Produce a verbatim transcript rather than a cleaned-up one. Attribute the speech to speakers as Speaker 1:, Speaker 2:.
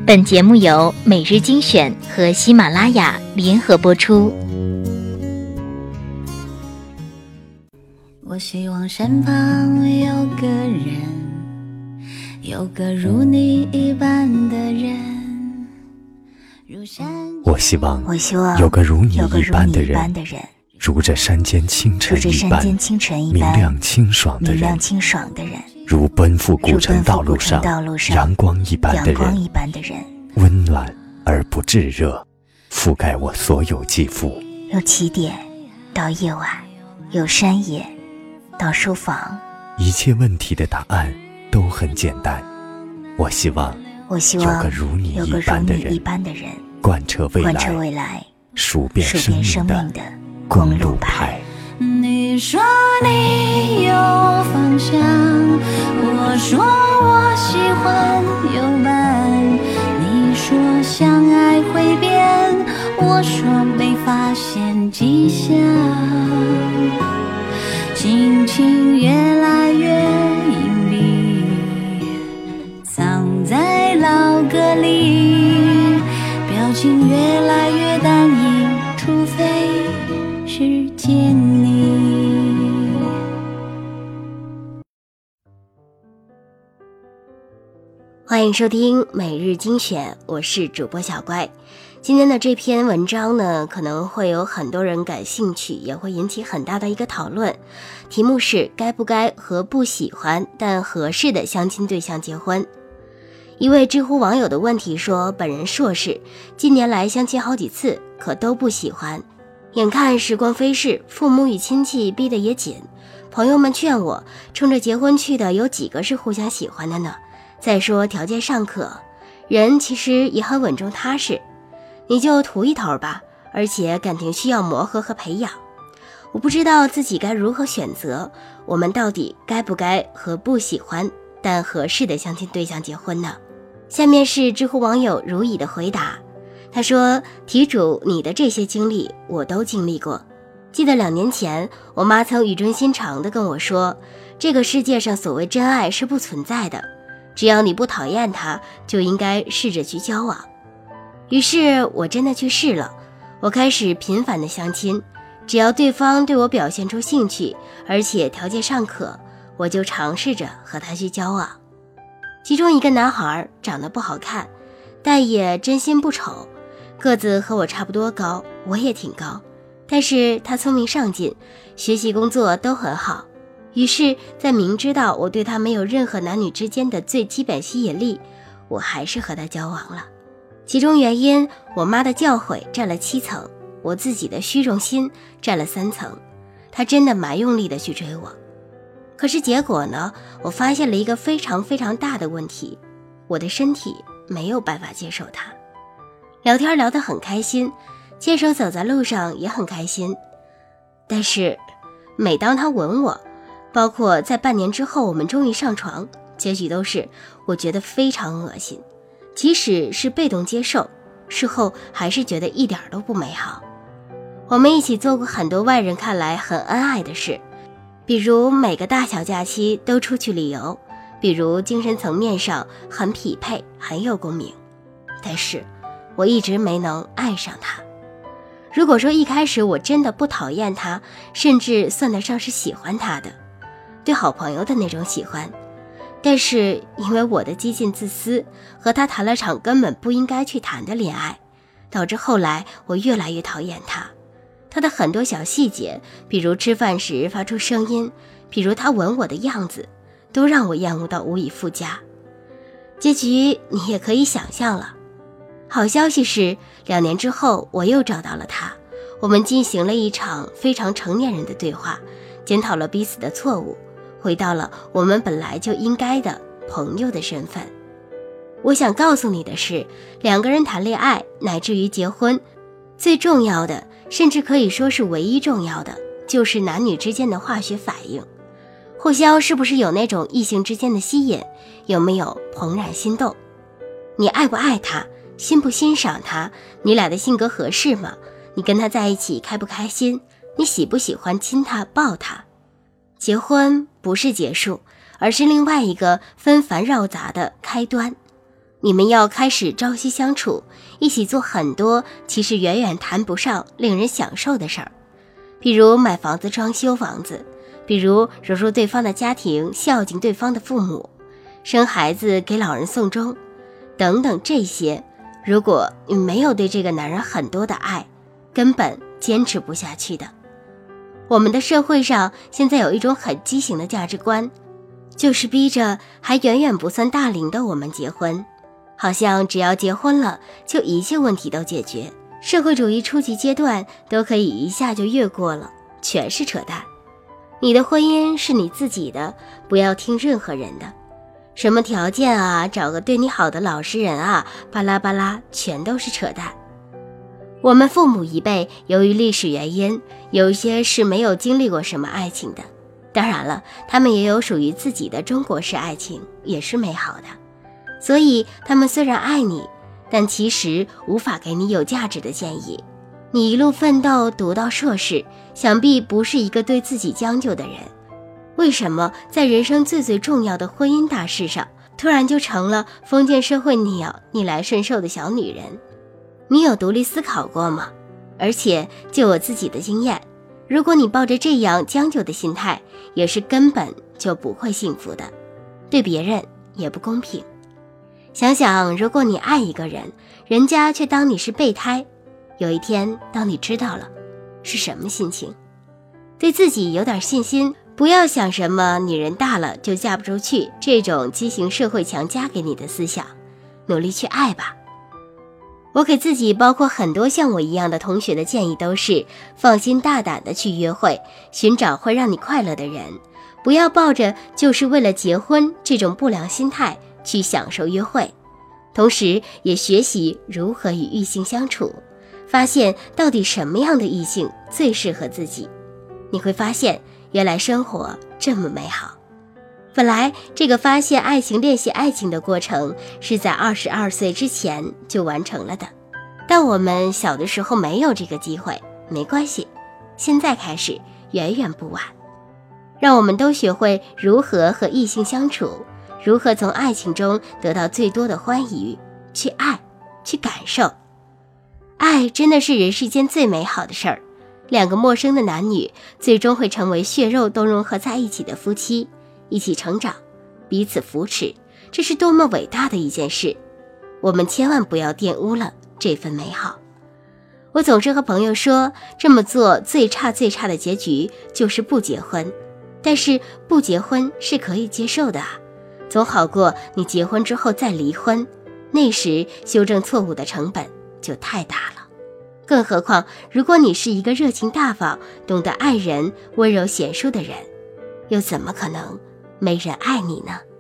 Speaker 1: 本节目由每日精选和喜马拉雅联合播出。
Speaker 2: 我希望身旁有个人，有个如你一般的人。
Speaker 3: 我希望
Speaker 1: 我希望
Speaker 3: 有个如你一般的人，
Speaker 1: 如
Speaker 3: 着山间清晨一般明亮清爽的人，如奔赴古城道路上阳光一般的人，温暖而不炙热，覆盖我所有肌肤。
Speaker 1: 由起点到夜晚，由山野到书房，
Speaker 3: 一切问题的答案都很简单。我希望
Speaker 1: 我希望
Speaker 3: 有个如你一般的人，贯彻未来，
Speaker 1: 贯彻未来
Speaker 3: 数遍生命的公路牌。
Speaker 2: 你说你有方向，我说我喜欢有伴。你说相爱会变，我说没发现迹象。心情越来越隐蔽，藏在老歌里，表情越来越单一，除非是见你。
Speaker 4: 欢迎收听每日精选，我是主播小乖。今天的这篇文章呢，可能会有很多人感兴趣，也会引起很大的一个讨论。题目是该不该和不喜欢但合适的相亲对象结婚。一位知乎网友的问题说，本人硕士，近年来相亲好几次，可都不喜欢。眼看时光飞逝，父母与亲戚逼得也紧，朋友们劝我，冲着结婚去的有几个是互相喜欢的呢？再说条件尚可，人其实也很稳重踏实，你就图一头吧，而且感情需要磨合和培养。我不知道自己该如何选择，我们到底该不该和不喜欢但合适的相亲对象结婚呢？下面是知乎网友如意的回答。他说，题主，你的这些经历我都经历过。记得两年前，我妈曾语重心长地跟我说，这个世界上所谓真爱是不存在的，只要你不讨厌他，就应该试着去交往。于是我真的去试了，我开始频繁的相亲，只要对方对我表现出兴趣，而且条件尚可，我就尝试着和他去交往。其中一个男孩长得不好看，但也真心不丑，个子和我差不多高，我也挺高，但是他聪明上进，学习工作都很好。于是在明知道我对他没有任何男女之间的最基本吸引力，我还是和他交往了。其中原因，我妈的教诲占了七层，我自己的虚荣心占了三层，他真的蛮用力的去追我。可是结果呢，我发现了一个非常非常大的问题，我的身体没有办法接受他。聊天聊得很开心，牵手走在路上也很开心，但是每当他吻我，包括在半年之后我们终于上床，结局都是我觉得非常恶心，即使是被动接受，事后还是觉得一点都不美好。我们一起做过很多外人看来很恩爱的事，比如每个大小假期都出去旅游，比如精神层面上很匹配，很有共鸣，但是我一直没能爱上他。如果说一开始我真的不讨厌他，甚至算得上是喜欢他的，对好朋友的那种喜欢，但是因为我的激进自私，和他谈了场根本不应该去谈的恋爱，导致后来我越来越讨厌他。他的很多小细节，比如吃饭时发出声音，比如他吻我的样子，都让我厌恶到无以复加。结局你也可以想象了。好消息是，两年之后我又找到了他，我们进行了一场非常成年人的对话，检讨了彼此的错误，回到了我们本来就应该的朋友的身份。我想告诉你的是，两个人谈恋爱乃至于结婚，最重要的，甚至可以说是唯一重要的，就是男女之间的化学反应。互相是不是有那种异性之间的吸引，有没有怦然心动，你爱不爱他，欣不欣赏他，你俩的性格合适吗？你跟他在一起开不开心？你喜不喜欢亲他抱他？结婚不是结束，而是另外一个纷繁绕杂的开端。 你们要开始朝夕相处，一起做很多其实远远谈不上令人享受的事儿，比如买房子装修房子，比如融入对方的家庭，孝敬对方的父母，生孩子给老人送终等等。这些如果你没有对这个男人很多的爱，根本坚持不下去的。我们的社会上现在有一种很畸形的价值观，就是逼着还远远不算大龄的我们结婚，好像只要结婚了就一切问题都解决，社会主义初级阶段都可以一下就越过了，全是扯淡。你的婚姻是你自己的，不要听任何人的，什么条件啊，找个对你好的老实人啊，巴拉巴拉，全都是扯淡。我们父母一辈由于历史原因，有一些是没有经历过什么爱情的，当然了，他们也有属于自己的中国式爱情，也是美好的。所以他们虽然爱你，但其实无法给你有价值的建议。你一路奋斗读到硕士，想必不是一个对自己将就的人，为什么在人生最最重要的婚姻大事上，突然就成了封建社会那样逆来顺受的小女人？你有独立思考过吗？而且就我自己的经验，如果你抱着这样将就的心态，也是根本就不会幸福的，对别人也不公平。想想，如果你爱一个人，人家却当你是备胎，有一天当你知道了，是什么心情？对自己有点信心，不要想什么女人大了就嫁不出去这种畸形社会强加给你的思想，努力去爱吧。我给自己包括很多像我一样的同学的建议都是，放心大胆的去约会，寻找会让你快乐的人，不要抱着就是为了结婚这种不良心态去享受约会，同时也学习如何与异性相处，发现到底什么样的异性最适合自己。你会发现原来生活这么美好。本来这个发现爱情、练习爱情的过程是在二十二岁之前就完成了的，但我们小的时候没有这个机会，没关系，现在开始远远不晚。让我们都学会如何和异性相处，如何从爱情中得到最多的欢愉，去爱，去感受。爱真的是人世间最美好的事儿，两个陌生的男女最终会成为血肉都融合在一起的夫妻，一起成长，彼此扶持，这是多么伟大的一件事，我们千万不要玷污了这份美好。我总是和朋友说，这么做最差最差的结局就是不结婚，但是不结婚是可以接受的啊，总好过你结婚之后再离婚，那时修正错误的成本就太大了。更何况如果你是一个热情大方、懂得爱人、温柔贤淑的人，又怎么可能没人爱你呢？